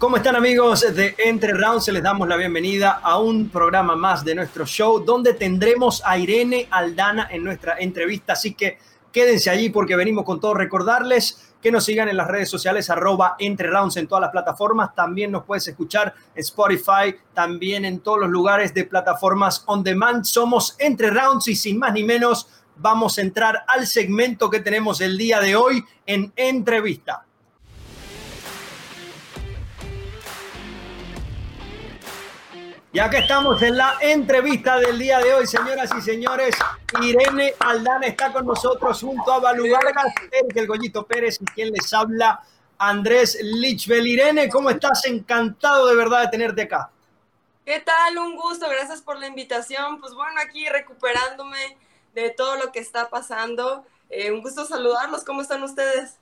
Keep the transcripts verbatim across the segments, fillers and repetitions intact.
¿Cómo están, amigos de Entre Rounds? Les damos la bienvenida a un programa más de nuestro show donde tendremos a Irene Aldana en nuestra entrevista, así que quédense allí porque venimos con todo. Recordarles que nos sigan en las redes sociales arroba Entre Rounds en todas las plataformas. También nos puedes escuchar en Spotify, también en todos los lugares de plataformas on demand. Somos Entre Rounds y sin más ni menos vamos a entrar al segmento que tenemos el día de hoy en entrevista. Y acá estamos en la entrevista del día de hoy, señoras y señores. Irene Aldana está con nosotros junto a Balú Vargas, Eric El Goyito Pérez y quien les habla, Andrés Lichbel. Irene, ¿cómo estás? Encantado de verdad de tenerte acá. ¿Qué tal? Un gusto, gracias por la invitación. Pues bueno, aquí recuperándome de todo lo que está pasando. Eh, un gusto saludarlos. ¿Cómo están ustedes?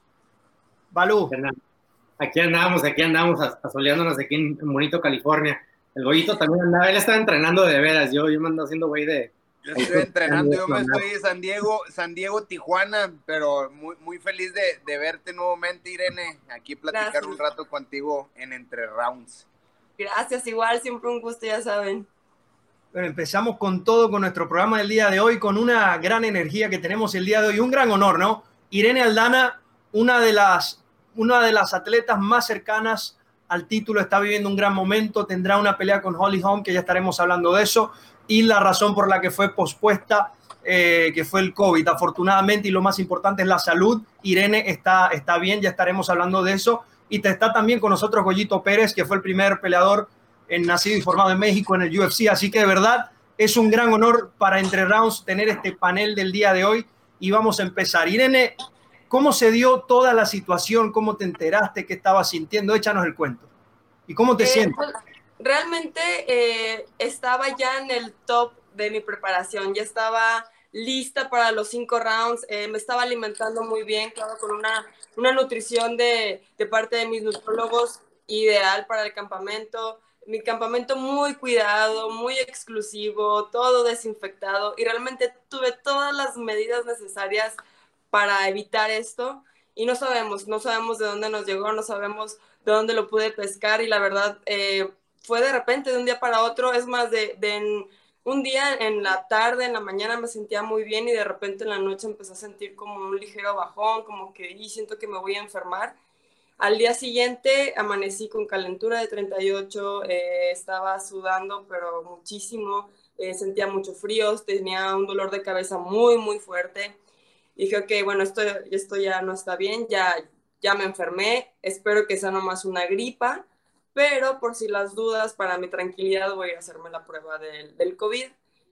Balú. Aquí andamos, aquí andamos asoleándonos aquí en Bonito, California. El Goyito también andaba, él estaba entrenando de veras, yo, yo me ando haciendo güey de... Yo estoy entrenando, yo me estoy en San Diego, San Diego, Tijuana, pero muy, muy feliz de, de verte nuevamente, Irene, aquí platicar Gracias. un rato contigo en Entre Rounds. Gracias, igual, siempre un gusto, ya saben. Bueno, empezamos con todo, con nuestro programa del día de hoy, con una gran energía que tenemos el día de hoy, un gran honor, ¿no? Irene Aldana, una de las, una de las atletas más cercanas al título, está viviendo un gran momento, tendrá una pelea con Holly Holm, que ya estaremos hablando de eso, y la razón por la que fue pospuesta, eh, que fue el COVID, afortunadamente, y lo más importante es la salud. Irene está, está bien, ya estaremos hablando de eso, y te está también con nosotros Goyito Pérez, que fue el primer peleador en, nacido y formado en México en el U F C, así que de verdad es un gran honor para Entre Rounds tener este panel del día de hoy, y vamos a empezar. Irene, ¿cómo se dio toda la situación? ¿Cómo te enteraste? ¿Qué estabas sintiendo? Échanos el cuento. ¿Y cómo te eh, sientes? Pues, realmente eh, estaba ya en el top de mi preparación. Ya estaba lista para los cinco rounds. Eh, me estaba alimentando muy bien, claro, con una, una nutrición de, de parte de mis nutrólogos ideal para el campamento. Mi campamento muy cuidado, muy exclusivo, todo desinfectado. Y realmente tuve todas las medidas necesarias para evitar esto, y no sabemos, no sabemos de dónde nos llegó, no sabemos de dónde lo pude pescar, y la verdad eh, fue de repente, de un día para otro. Es más, de, de en, un día en la tarde, en la mañana me sentía muy bien, y de repente en la noche empecé a sentir como un ligero bajón, como que y siento que me voy a enfermar. Al día siguiente amanecí con calentura de treinta y ocho, eh, estaba sudando pero muchísimo, eh, sentía mucho frío, tenía un dolor de cabeza muy muy fuerte. Y dije, ok, bueno, esto, esto ya no está bien, ya, ya me enfermé, espero que sea nomás una gripa, pero por si las dudas, para mi tranquilidad, voy a hacerme la prueba del, del COVID.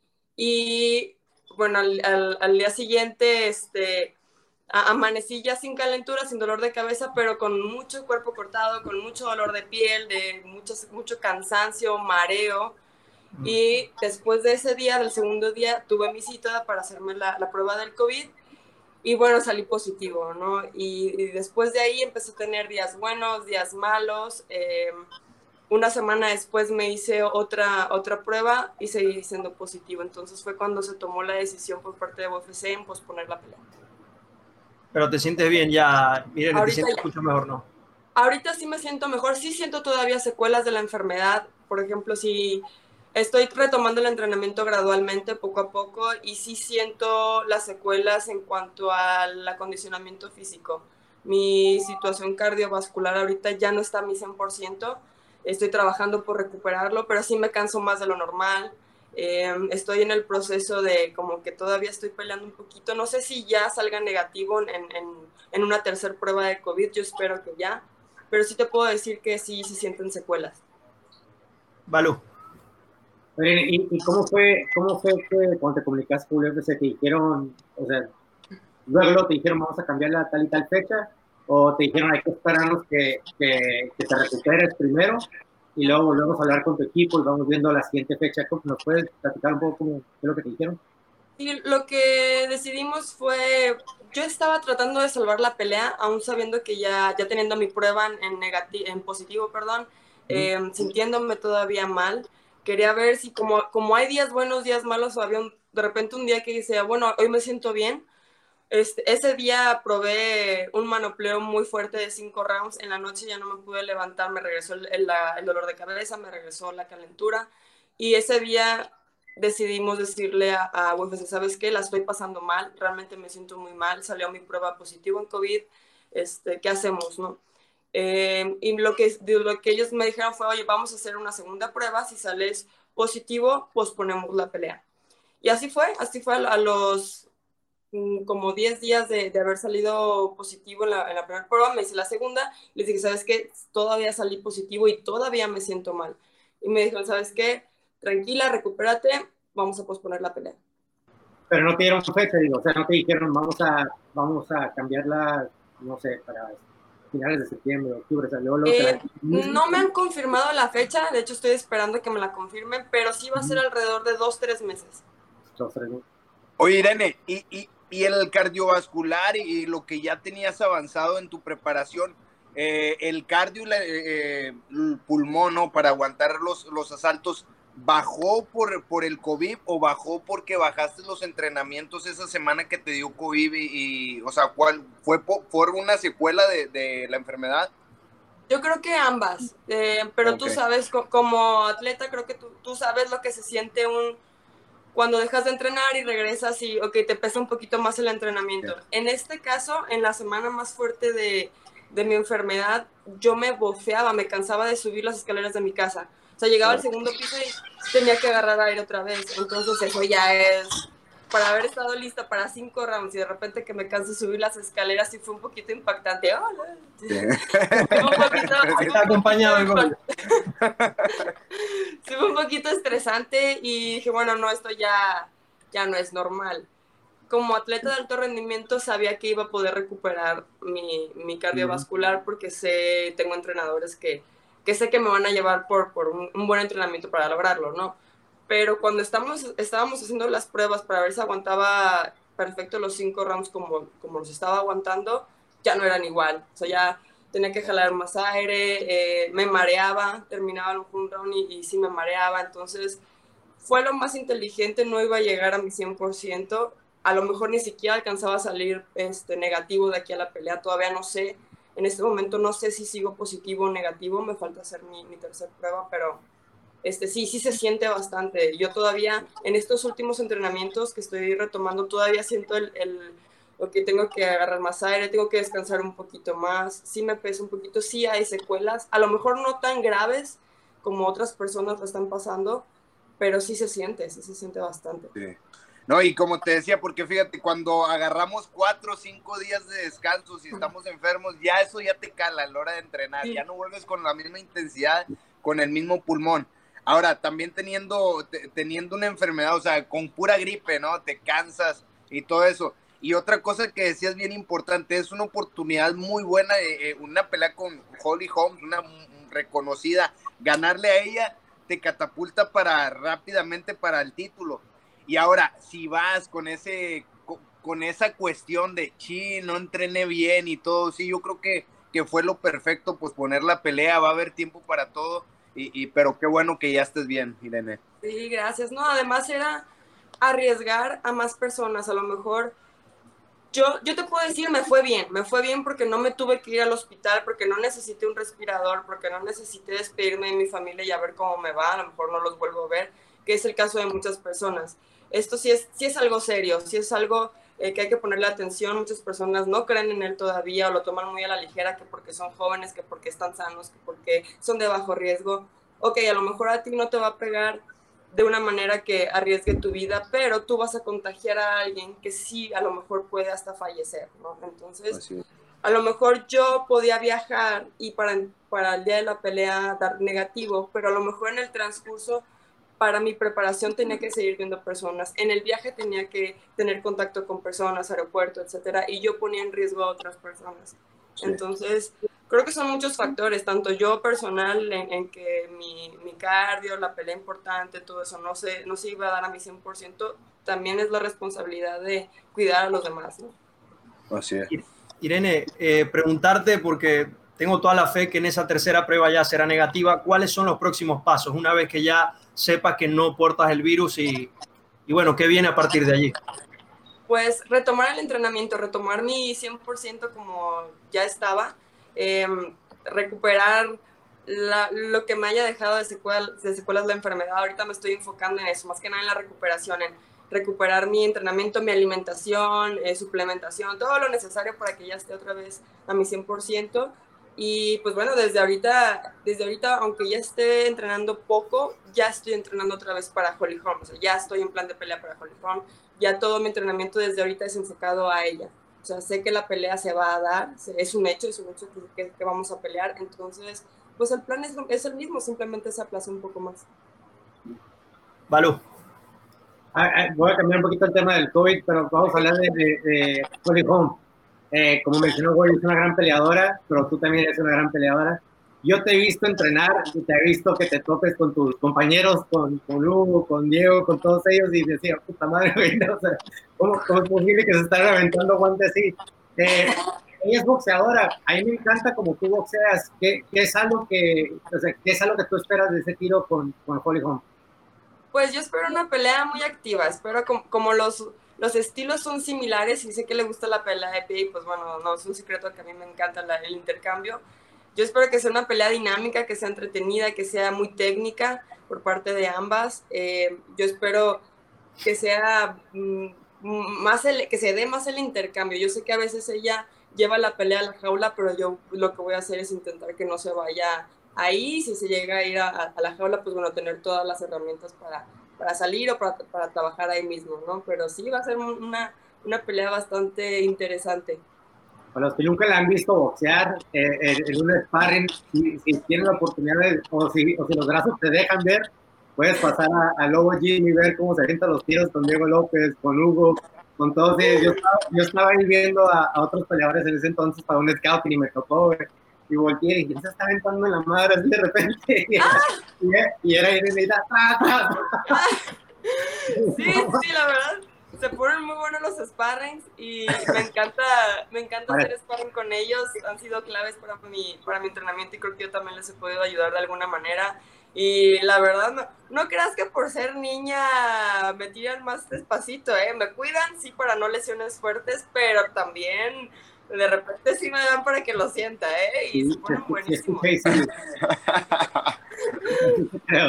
Y bueno, al, al, al día siguiente, este, a, amanecí ya sin calentura, sin dolor de cabeza, pero con mucho cuerpo cortado, con mucho dolor de piel, de mucho, mucho cansancio, mareo. Y después de ese día, del segundo día, tuve mi cita para hacerme la, la prueba del COVID. Y bueno, salí positivo, ¿no? Y, y después de ahí empecé a tener días buenos, días malos. Eh, una semana después me hice otra, otra prueba y seguí siendo positivo. Entonces fue cuando se tomó la decisión por parte de U F C en posponer la pelea. Pero te sientes bien ya, Irene, ahorita te sientes ya, mucho mejor, ¿no? Ahorita sí me siento mejor, sí siento todavía secuelas de la enfermedad. Por ejemplo, si... Estoy retomando el entrenamiento gradualmente, poco a poco, y sí siento las secuelas en cuanto al acondicionamiento físico. Mi situación cardiovascular ahorita ya no está a mi cien por ciento. Estoy trabajando por recuperarlo, pero sí me canso más de lo normal. Eh, estoy en el proceso de como que todavía estoy peleando un poquito. No sé si ya salga negativo en, en, en una tercera prueba de COVID, yo espero que ya. Pero sí te puedo decir que sí se sienten secuelas. Balú. ¿Y, y cómo fue, cómo fue que cuando te comunicaste con U F C te dijeron, o sea, luego te dijeron vamos a cambiar la tal y tal fecha, o te dijeron hay que esperarnos que, que, que te recuperes primero y luego volvemos a hablar con tu equipo y vamos viendo la siguiente fecha? ¿Nos puedes platicar un poco cómo, qué es lo que te dijeron? Sí, lo que decidimos fue, yo estaba tratando de salvar la pelea, aún sabiendo que ya, ya teniendo mi prueba en, negativo, en positivo, perdón, eh, sintiéndome todavía mal. Quería ver si como, como hay días buenos, días malos, o había un, de repente un día que decía, bueno, hoy me siento bien, Este, ese día probé un manopleo muy fuerte de cinco rounds. En la noche ya no me pude levantar, me regresó el, el, el dolor de cabeza, me regresó la calentura. Y ese día decidimos decirle a, a U F C, ¿sabes qué? La estoy pasando mal, realmente me siento muy mal, salió mi prueba positiva en COVID, este, ¿qué hacemos, no? Eh, y lo que, lo que ellos me dijeron fue, oye, vamos a hacer una segunda prueba, si sales positivo, posponemos la pelea. Y así fue, así fue a los como diez días de, de haber salido positivo en la, en la primera prueba, me hice la segunda, les dije, ¿sabes qué? Todavía salí positivo y todavía me siento mal. Y me dijeron, ¿sabes qué? Tranquila, recupérate, vamos a posponer la pelea. Pero no te dieron fecha, digo, o sea, no te dijeron, vamos a, vamos a cambiarla, no sé, para finales de septiembre, octubre, salió lo eh, No me han confirmado la fecha, de hecho estoy esperando que me la confirmen, pero sí va a ser alrededor de dos, tres meses. Dos, tres meses. Oye, Irene, y, y, y el cardiovascular y, y lo que ya tenías avanzado en tu preparación, eh, el cardio, eh, el pulmón, ¿no? Para aguantar los, los asaltos, ¿bajó por, por el COVID o bajó porque bajaste los entrenamientos esa semana que te dio COVID? Y, y o sea, ¿cuál fue por, por una secuela de, de la enfermedad? Yo creo que ambas, eh, pero okay. Tú sabes, como atleta, creo que tú, tú sabes lo que se siente un cuando dejas de entrenar y regresas y, ok, te pesa un poquito más el entrenamiento. Yeah. En este caso, en la semana más fuerte de, de mi enfermedad, yo me bofeaba, me cansaba de subir las escaleras de mi casa. O sea, llegaba yeah. al segundo piso y tenía que agarrar aire otra vez. Entonces eso ya es, para haber estado lista para cinco rounds y de repente que me canse subir las escaleras, sí fue un poquito impactante. Oh, no. Yeah. Fue un poquito, está acompañado el gol. Sí, fue un poquito estresante y dije, bueno, no, esto ya, ya no es normal. Como atleta de alto rendimiento sabía que iba a poder recuperar mi, mi cardiovascular porque sé, tengo entrenadores que, que sé que me van a llevar por, por un, un buen entrenamiento para lograrlo, ¿no? Pero cuando estamos, estábamos haciendo las pruebas para ver si aguantaba perfecto los cinco rounds como, como los estaba aguantando, ya no eran igual. O sea, ya tenía que jalar más aire, eh, me mareaba, terminaba un round y, y sí me mareaba, entonces fue lo más inteligente, no iba a llegar a mi cien por ciento, a lo mejor ni siquiera alcanzaba a salir este, negativo de aquí a la pelea, todavía no sé, en este momento no sé si sigo positivo o negativo, me falta hacer mi, mi tercera prueba, pero este, sí, sí se siente bastante, yo todavía en estos últimos entrenamientos que estoy retomando, todavía siento el... el ok, tengo que agarrar más aire, tengo que descansar un poquito más, sí me pesa un poquito, sí hay secuelas, a lo mejor no tan graves como otras personas lo están pasando, pero sí se siente, sí se siente bastante. Sí. No, y como te decía, porque fíjate, cuando agarramos cuatro o cinco días de descanso, si estamos enfermos, ya eso ya te cala a la hora de entrenar, sí. Ya no vuelves con la misma intensidad, con el mismo pulmón. Ahora, también teniendo, te, teniendo una enfermedad, o sea, con pura gripe, ¿no? Te cansas y todo eso. Y otra cosa que decías bien importante, es una oportunidad muy buena, eh, una pelea con Holly Holmes, una reconocida, ganarle a ella te catapulta para rápidamente para el título. Y ahora, si vas con ese con esa cuestión de, chi, no entrené bien y todo, sí, yo creo que, que fue lo perfecto, pues poner la pelea, va a haber tiempo para todo, y, y pero qué bueno que ya estés bien, Irene. Sí, gracias. No, además era arriesgar a más personas, a lo mejor... Yo, yo te puedo decir, me fue bien, me fue bien porque no me tuve que ir al hospital, porque no necesité un respirador, porque no necesité despedirme de mi familia y a ver cómo me va, a lo mejor no los vuelvo a ver, que es el caso de muchas personas. Esto sí es, sí es algo serio, sí es algo eh, que hay que ponerle atención, muchas personas no creen en él todavía o lo toman muy a la ligera, que porque son jóvenes, que porque están sanos, que porque son de bajo riesgo. Ok, a lo mejor a ti no te va a pegar de una manera que arriesgue tu vida, pero tú vas a contagiar a alguien que sí, a lo mejor puede hasta fallecer, ¿no? Entonces, a lo mejor yo podía viajar y para, para el día de la pelea dar negativo, pero a lo mejor en el transcurso, para mi preparación tenía que seguir viendo personas. En el viaje tenía que tener contacto con personas, aeropuerto, etcétera, y yo ponía en riesgo a otras personas. Sí. Entonces, creo que son muchos factores, tanto yo personal en, en que mi, mi cardio, la pelea importante, todo eso no se, no se iba a dar a mi cien por ciento, también es la responsabilidad de cuidar a los demás, ¿no? Así es. Irene, eh, preguntarte, porque tengo toda la fe que en esa tercera prueba ya será negativa, ¿cuáles son los próximos pasos una vez que ya sepas que no portas el virus y, y bueno, qué viene a partir de allí? pues retomar el entrenamiento, retomar mi cien por ciento como ya estaba, eh, recuperar la, lo que me haya dejado de secuelas, de secuelas la enfermedad. Ahorita me estoy enfocando en eso, más que nada en la recuperación, en recuperar mi entrenamiento, mi alimentación, eh, suplementación, todo lo necesario para que ya esté otra vez a mi cien por ciento. Y pues bueno, desde ahorita, desde ahorita, aunque ya esté entrenando poco, ya estoy entrenando otra vez para Holly Holm. O sea, ya estoy en plan de pelea para Holly Holm. Ya todo mi entrenamiento desde ahorita es enfocado a ella. O sea, sé que la pelea se va a dar, es un hecho, es un hecho que, que, que vamos a pelear. Entonces, pues el plan es, es el mismo, simplemente se aplaza un poco más. Balú. Ah, ah, voy a cambiar un poquito el tema del COVID, pero vamos a hablar de, de, de Holly Holm. Eh, como mencionó Goy, es una gran peleadora, pero tú también eres una gran peleadora. Yo te he visto entrenar y te he visto que te topes con tus compañeros, con, con Hugo, con Diego, con todos ellos, y decía, puta madre, güey, ¿no? O sea, ¿cómo, ¿cómo es posible que se están reventando guantes así? Eh, ella es boxeadora, a mí me encanta como tú boxeas. ¿Qué, qué, es algo que, o sea, ¿qué es algo que tú esperas de ese tiro con, con Holly Holm? Pues yo espero una pelea muy activa, espero como, como los... Los estilos son similares y sé que le gusta la pelea de pie, pues bueno, no es un secreto que a mí me encanta la, el intercambio. Yo espero que sea una pelea dinámica, que sea entretenida, que sea muy técnica por parte de ambas. Eh, yo espero que sea mm, más el, que se dé más el intercambio. Yo sé que a veces ella lleva la pelea a la jaula, pero yo lo que voy a hacer es intentar que no se vaya ahí. Si se llega a ir a, a la jaula, pues bueno, tener todas las herramientas para para salir o para, para trabajar ahí mismo, ¿no? Pero sí va a ser una, una pelea bastante interesante. Para los que nunca la han visto boxear eh, en un sparring, si, si tienen la oportunidad de, o, si, o si los brazos te dejan ver, puedes pasar a, a Lobo Gym y ver cómo se avientan los tiros con Diego López, con Hugo, con todos ellos. Yo estaba, yo estaba ahí viendo a, a otros peleadores en ese entonces para un scouting y me tocó, güey. Y volteé y dije, se está aventando en la madre así de repente. Y, ¡Ah! y, y era ir y me dice, ¡ah! Sí, sí, la verdad. Se ponen muy buenos los sparrings y me encanta, me encanta hacer sparring con ellos. Han sido claves para mi, para mi entrenamiento y creo que yo también les he podido ayudar de alguna manera. Y la verdad, no, no creas que por ser niña me tiran más despacito, ¿eh? Me cuidan, sí, para no lesiones fuertes, pero también de repente sí me dan para que lo sienta, ¿eh? Y sí, se ponen buenísimos. Sí, sí, sí.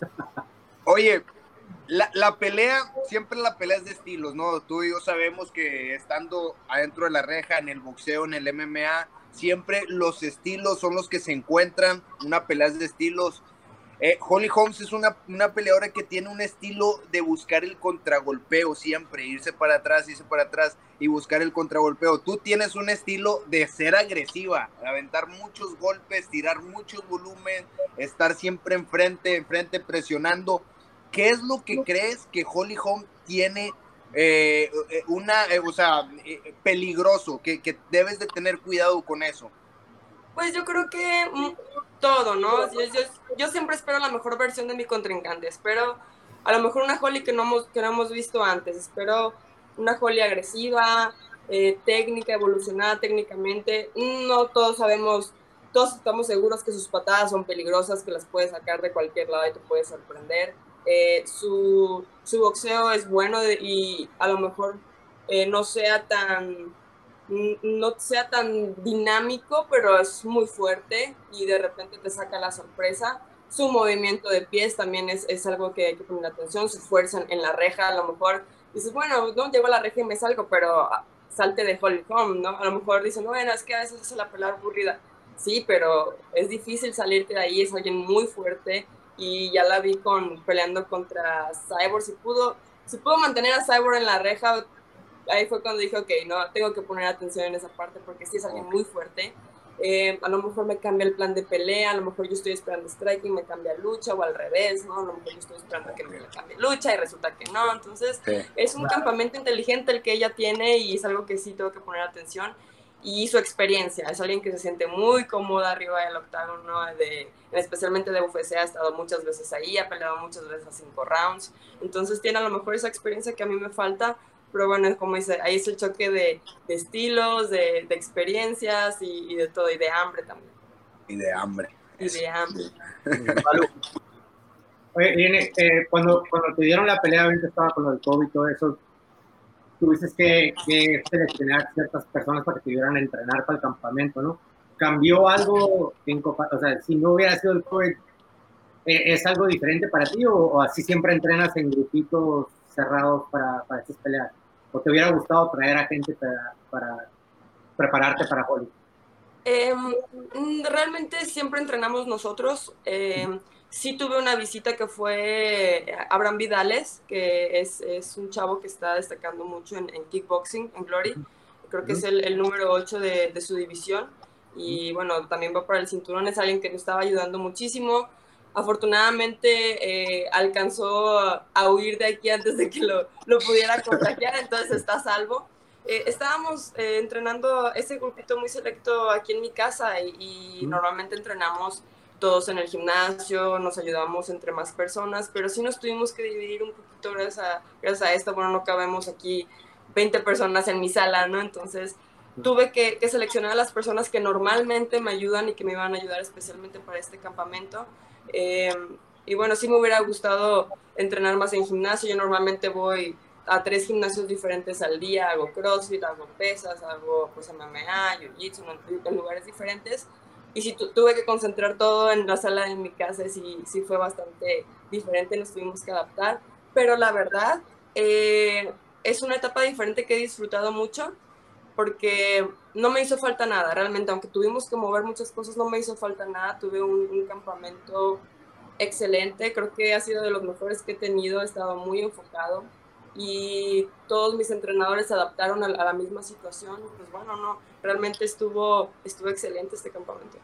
Oye, la, la pelea, siempre la pelea es de estilos, ¿no? Tú y yo sabemos que estando adentro de la reja, en el boxeo, en el M M A, siempre los estilos son los que se encuentran, una pelea es de estilos. Eh, Holly Holmes es una, una peleadora que tiene un estilo de buscar el contragolpeo siempre, irse para atrás, irse para atrás y buscar el contragolpeo. Tú tienes un estilo de ser agresiva, de aventar muchos golpes, tirar muchos volumen, estar siempre enfrente, enfrente presionando. ¿Qué es lo que crees que Holly Holm tiene eh, una, eh, o sea, eh, peligroso, que, que debes de tener cuidado con eso? Pues yo creo que mm, todo, ¿no? Yo, yo, yo siempre espero la mejor versión de mi contrincante. Espero a lo mejor una Holly que no hemos, que no hemos visto antes. Espero una Holly agresiva, eh, técnica, evolucionada técnicamente. No todos sabemos, todos estamos seguros que sus patadas son peligrosas, que las puedes sacar de cualquier lado y te puedes sorprender. Eh, su, su boxeo es bueno de, y a lo mejor eh, no sea tan... no sea tan dinámico, pero es muy fuerte y de repente te saca la sorpresa. Su movimiento de pies también es, es algo que hay que poner atención, su fuerza en la reja, a lo mejor dices, bueno, no, llego a la reja y me salgo, pero salte de Holly Holm, ¿no? A lo mejor dicen, bueno, es que a veces es la pelea aburrida. Sí, pero es difícil salirte de ahí, es alguien muy fuerte y ya la vi con, peleando contra Cyborg, si pudo, si pudo mantener a Cyborg en la reja, ahí fue cuando dije, ok, no, tengo que poner atención en esa parte porque sí es alguien muy fuerte. Eh, a lo mejor me cambia el plan de pelea, a lo mejor yo estoy esperando striking, me cambia lucha o al revés, ¿no? A lo mejor yo estoy esperando que me cambie lucha y resulta que no. Entonces, sí, es un campamento inteligente el que ella tiene y es algo que sí tengo que poner atención. Y su experiencia, es alguien que se siente muy cómoda arriba del octágono, ¿no? de, especialmente de U F C, ha estado muchas veces ahí, ha peleado muchas veces a cinco rounds. Entonces tiene a lo mejor esa experiencia que a mí me falta. Pero bueno, como dice, ahí es el choque de, de estilos, de, de experiencias y, y de todo, y de hambre también. Y de hambre. Y de hambre. Oye, Irene, eh, cuando, cuando te dieron la pelea, ahorita estaba con lo del COVID y todo eso, tuviste que, que seleccionar ciertas personas para que te ayudaran a entrenar para el campamento, ¿no? ¿Cambió algo en Copa? O sea, si no hubiera sido el COVID, ¿es algo diferente para ti o, o así siempre entrenas en grupitos cerrados para, para estas peleas? ¿O te hubiera gustado traer a gente para, para prepararte para Hollywood? Eh, realmente siempre entrenamos nosotros. Eh, sí tuve una visita que fue Abraham Vidales, que es, es un chavo que está destacando mucho en, en kickboxing, en Glory. Creo que es el, el número ocho de, de su división. Y bueno, también va para el cinturón. Es alguien que me estaba ayudando muchísimo. Afortunadamente eh, alcanzó a huir de aquí antes de que lo, lo pudiera contagiar, entonces está a salvo. Eh, estábamos eh, entrenando ese grupito muy selecto aquí en mi casa y, y normalmente entrenamos todos en el gimnasio, nos ayudamos entre más personas, pero sí nos tuvimos que dividir un poquito gracias a, gracias a esto. Bueno, no cabemos aquí veinte personas en mi sala, ¿no? Entonces tuve que, que seleccionar a las personas que normalmente me ayudan y que me iban a ayudar especialmente para este campamento. Eh, y bueno, sí me hubiera gustado entrenar más en gimnasio. Yo normalmente voy a tres gimnasios diferentes al día, hago CrossFit, hago pesas, hago pues M M A, Jiu-Jitsu, en, en lugares diferentes. Y sí tu, tuve que concentrar todo en la sala de mi casa, sí, sí fue bastante diferente, nos tuvimos que adaptar. Pero la verdad, eh, es una etapa diferente que he disfrutado mucho, porque no me hizo falta nada, realmente, aunque tuvimos que mover muchas cosas, no me hizo falta nada. Tuve un, un campamento excelente, creo que ha sido de los mejores que he tenido, he estado muy enfocado y todos mis entrenadores se adaptaron a la, a la misma situación. Pues bueno, no, realmente estuvo, estuvo excelente este campamento.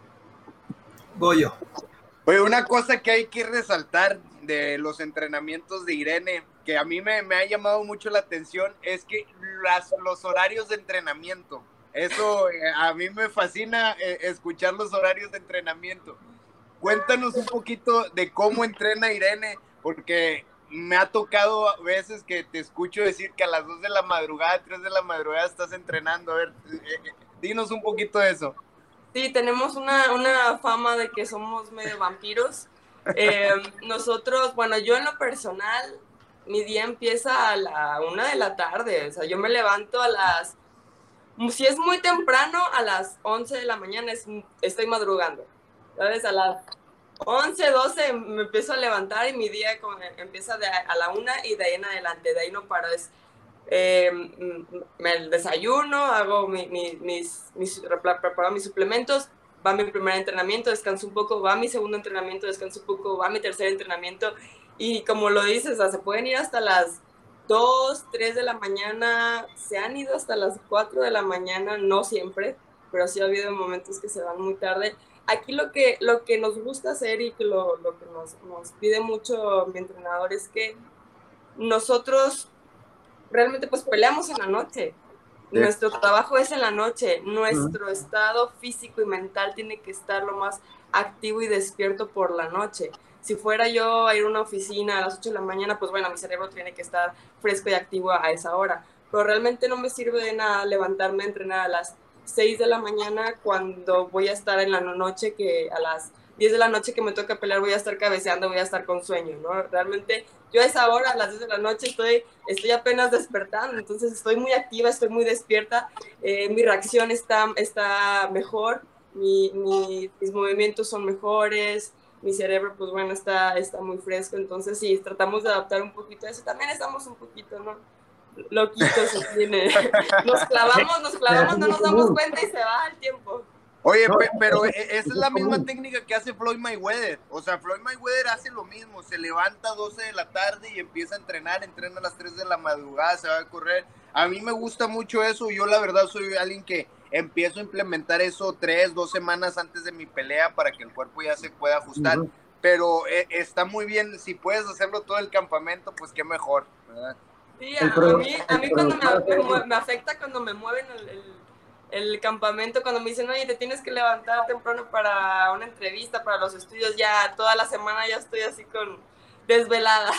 Goyo. Oye, una cosa que hay que resaltar de los entrenamientos de Irene, que a mí me, me ha llamado mucho la atención, es que las, los horarios de entrenamiento, eso eh, a mí me fascina eh, escuchar los horarios de entrenamiento. Cuéntanos un poquito de cómo entrena Irene, porque me ha tocado a veces que te escucho decir que a las dos de la madrugada, tres de la madrugada estás entrenando. A ver, eh, eh, dinos un poquito de eso. Sí, tenemos una, una fama de que somos medio vampiros. Eh, nosotros, bueno, yo en lo personal, mi día empieza a la una de la tarde. O sea, yo me levanto a las, si es muy temprano, a las once de la mañana es, estoy madrugando. ¿Sabes? A las once, doce me empiezo a levantar y mi día con, empieza de, a la una y de ahí en adelante. De ahí no paro. Es, Eh, me desayuno, hago mi, mi, mis, mis, preparo mis suplementos, va mi primer entrenamiento, descanso un poco, va mi segundo entrenamiento, descanso un poco, va mi tercer entrenamiento, y como lo dices, o sea, se pueden ir hasta las dos, tres de la mañana, se han ido hasta las cuatro de la mañana, no siempre, pero sí ha habido momentos que se van muy tarde. Aquí lo que, lo que nos gusta hacer y que lo, lo que nos, nos pide mucho mi entrenador es que nosotros realmente pues peleamos en la noche. Sí. Nuestro trabajo es en la noche. Nuestro uh-huh. estado físico y mental tiene que estar lo más activo y despierto por la noche. Si fuera yo a ir a una oficina a las ocho de la mañana, pues bueno, mi cerebro tiene que estar fresco y activo a esa hora. Pero realmente no me sirve de nada levantarme a entrenar a las seis de la mañana cuando voy a estar en la noche, que a las diez de la noche que me toca pelear voy a estar cabeceando, voy a estar con sueño, ¿no? Realmente yo a esa hora, a las diez de la noche, estoy, estoy apenas despertando, entonces estoy muy activa, estoy muy despierta, eh, mi reacción está, está mejor, mi, mi, mis movimientos son mejores, mi cerebro, pues bueno, está, está muy fresco, entonces sí, tratamos de adaptar un poquito a eso. También estamos un poquito, ¿no? Loquitos, tiene. Nos clavamos, nos clavamos, no nos damos cuenta y se va el tiempo. Oye, pe pero esa es la misma técnica que hace Floyd Mayweather. O sea, Floyd Mayweather hace lo mismo. Se levanta a doce de la tarde y empieza a entrenar. Entrena a las tres de la madrugada, se va a correr. A mí me gusta mucho eso. Yo la verdad soy alguien que empiezo a implementar eso tres, dos semanas antes de mi pelea para que el cuerpo ya se pueda ajustar. Uh-huh. Pero eh, está muy bien. Si puedes hacerlo todo el campamento, pues qué mejor, ¿verdad? Sí, a, a mí, a mí cuando me, me, me afecta cuando me mueven el... el... el campamento, cuando me dicen, oye, te tienes que levantar temprano para una entrevista, para los estudios, ya toda la semana ya estoy así con desvelada.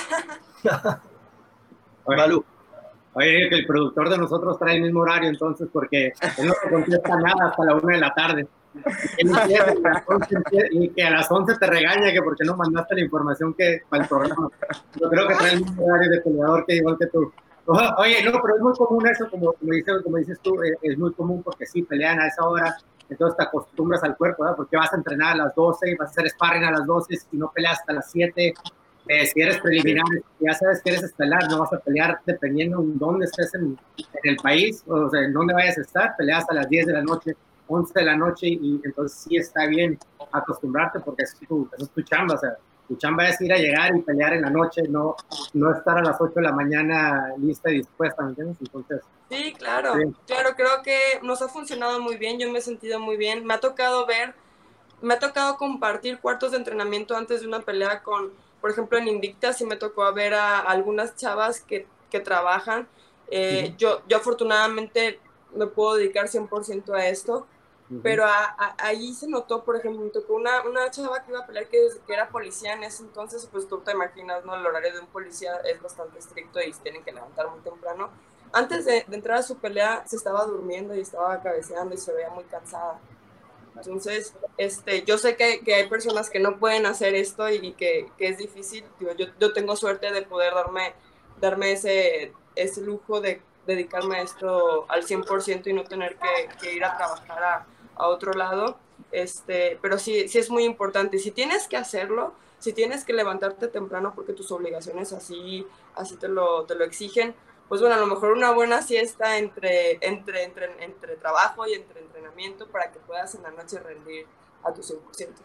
Oye, oye, que el productor de nosotros trae el mismo horario entonces, porque él no te contesta nada hasta la una de la tarde. Y, y que a las once te regaña que porque no mandaste la información que para el programa. Yo creo que trae el mismo horario de peleador que igual que tú. Oye, no, pero es muy común eso, como, como, dices, como dices tú, es, es muy común porque sí, pelean a esa hora, entonces te acostumbras al cuerpo, ¿verdad? Porque vas a entrenar a las doce, vas a hacer sparring a las doce, si no peleas hasta las siete, eh, si eres preliminar, ya sabes que eres estelar, no vas a pelear dependiendo en dónde estés en, en el país, o sea, en dónde vayas a estar, peleas a las diez de la noche, once de la noche, y entonces sí está bien acostumbrarte porque eso es tu, eso es tu chamba, o sea, tu chamba es ir a llegar y pelear en la noche, no, no estar a las ocho de la mañana lista y dispuesta, ¿me entiendes? Entonces, sí, claro, sí. claro, creo que nos ha funcionado muy bien, yo me he sentido muy bien, me ha tocado ver, me ha tocado compartir cuartos de entrenamiento antes de una pelea con, por ejemplo, en Invicta sí me tocó ver a algunas chavas que, que trabajan, eh, sí. yo, yo afortunadamente me puedo dedicar cien por ciento a esto, pero a, a, ahí se notó, por ejemplo, me tocó una, una chava que iba a pelear que, que era policía en ese entonces, pues tú te imaginas, ¿no? El horario de un policía es bastante estricto y se tienen que levantar muy temprano. Antes de, de entrar a su pelea se estaba durmiendo y estaba cabeceando y se veía muy cansada. Entonces, este, yo sé que, que hay personas que no pueden hacer esto y que, que es difícil. Digo, yo, yo tengo suerte de poder darme, darme ese, ese lujo de dedicarme a esto al cien por ciento y no tener que, que ir a trabajar a a otro lado, este, pero sí, sí es muy importante. Si tienes que hacerlo, si tienes que levantarte temprano porque tus obligaciones así, así te lo, te lo exigen, pues bueno, a lo mejor una buena siesta entre, entre, entre, entre trabajo y entre entrenamiento para que puedas en la noche rendir a tu cien por ciento.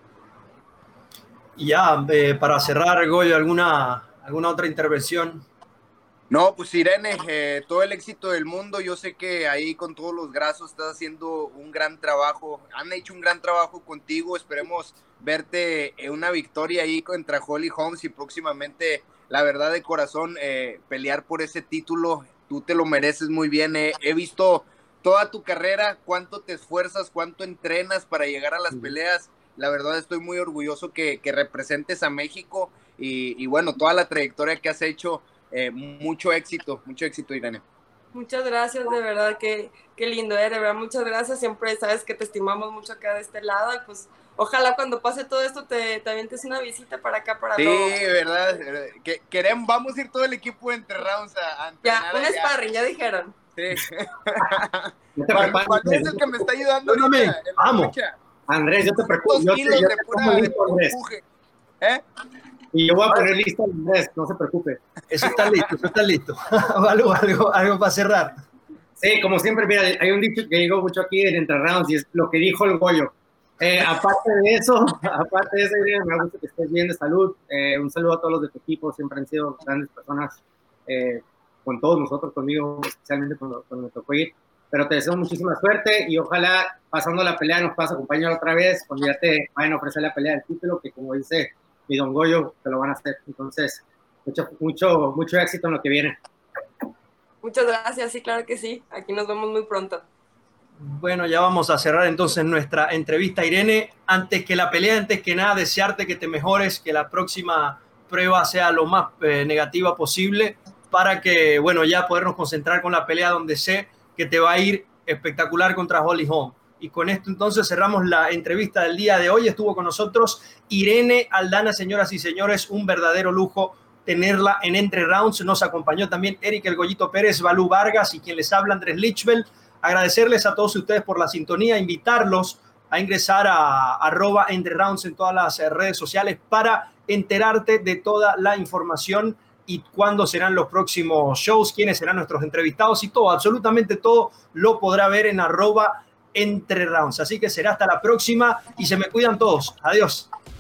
Y ya, eh, para cerrar, Goyo, ¿alguna, alguna otra intervención? No, pues Irene, eh, todo el éxito del mundo. Yo sé que ahí con todos los grasos estás haciendo un gran trabajo. Han hecho un gran trabajo contigo. Esperemos verte en una victoria ahí contra Holly Holmes y próximamente, la verdad de corazón, eh, pelear por ese título. Tú te lo mereces muy bien. Eh. He visto toda tu carrera, cuánto te esfuerzas, cuánto entrenas para llegar a las peleas. La verdad estoy muy orgulloso que, que representes a México y, y bueno, toda la trayectoria que has hecho. Eh, mucho éxito, mucho éxito, Irene. Muchas gracias, de verdad, qué, qué lindo, ¿eh? De verdad, muchas gracias, siempre sabes que te estimamos mucho acá de este lado, y pues ojalá cuando pase todo esto te, te avientes una visita para acá, para sí, todo. Sí, verdad, que, queremos, vamos a ir todo el equipo de Entre Rounds a, a ya, un allá. Sparring, ya dijeron. Sí. ¿Cuál, ¿Cuál es el que me está ayudando? No, no, vamos. Andrés, yo te preocupo. Yo te, yo de pura, de pura empuje. ¿Eh? Y yo voy a poner listo a Andrés, no se preocupe. Eso está listo, eso está listo. algo, algo, algo para cerrar. Sí, como siempre, mira, hay un dicho que digo mucho aquí en Entre Rounds y es lo que dijo el Goyo. Eh, aparte de eso, aparte de eso, me gusta que estés bien de salud. Eh, un saludo a todos los de tu equipo, siempre han sido grandes personas, eh, con todos nosotros, conmigo, especialmente cuando, cuando me tocó ir. Pero te deseo muchísima suerte y ojalá pasando la pelea nos puedas acompañar otra vez cuando ya te vayan a ofrecer la pelea del título, que como dice mi don Goyo, te lo van a hacer. Entonces, mucho, mucho, mucho éxito en lo que viene. Muchas gracias, sí, claro que sí. Aquí nos vemos muy pronto. Bueno, ya vamos a cerrar entonces nuestra entrevista, Irene. Antes que la pelea, antes que nada, desearte que te mejores, que la próxima prueba sea lo más eh, negativa posible para que, bueno, ya podernos concentrar con la pelea donde sé que te va a ir espectacular contra Holly Holm. Y con esto entonces cerramos la entrevista del día de hoy. Estuvo con nosotros Irene Aldana, señoras y señores, un verdadero lujo tenerla en Entre Rounds. Nos acompañó también Eric El Goyito Pérez, Balú Vargas y quien les habla, Andrés Lichbel. Agradecerles a todos ustedes por la sintonía, invitarlos a ingresar a arroba Entre Rounds en todas las redes sociales para enterarte de toda la información y cuándo serán los próximos shows, quiénes serán nuestros entrevistados y todo, absolutamente todo lo podrá ver en arroba Entre Rounds. Así que será hasta la próxima y se me cuidan todos. Adiós.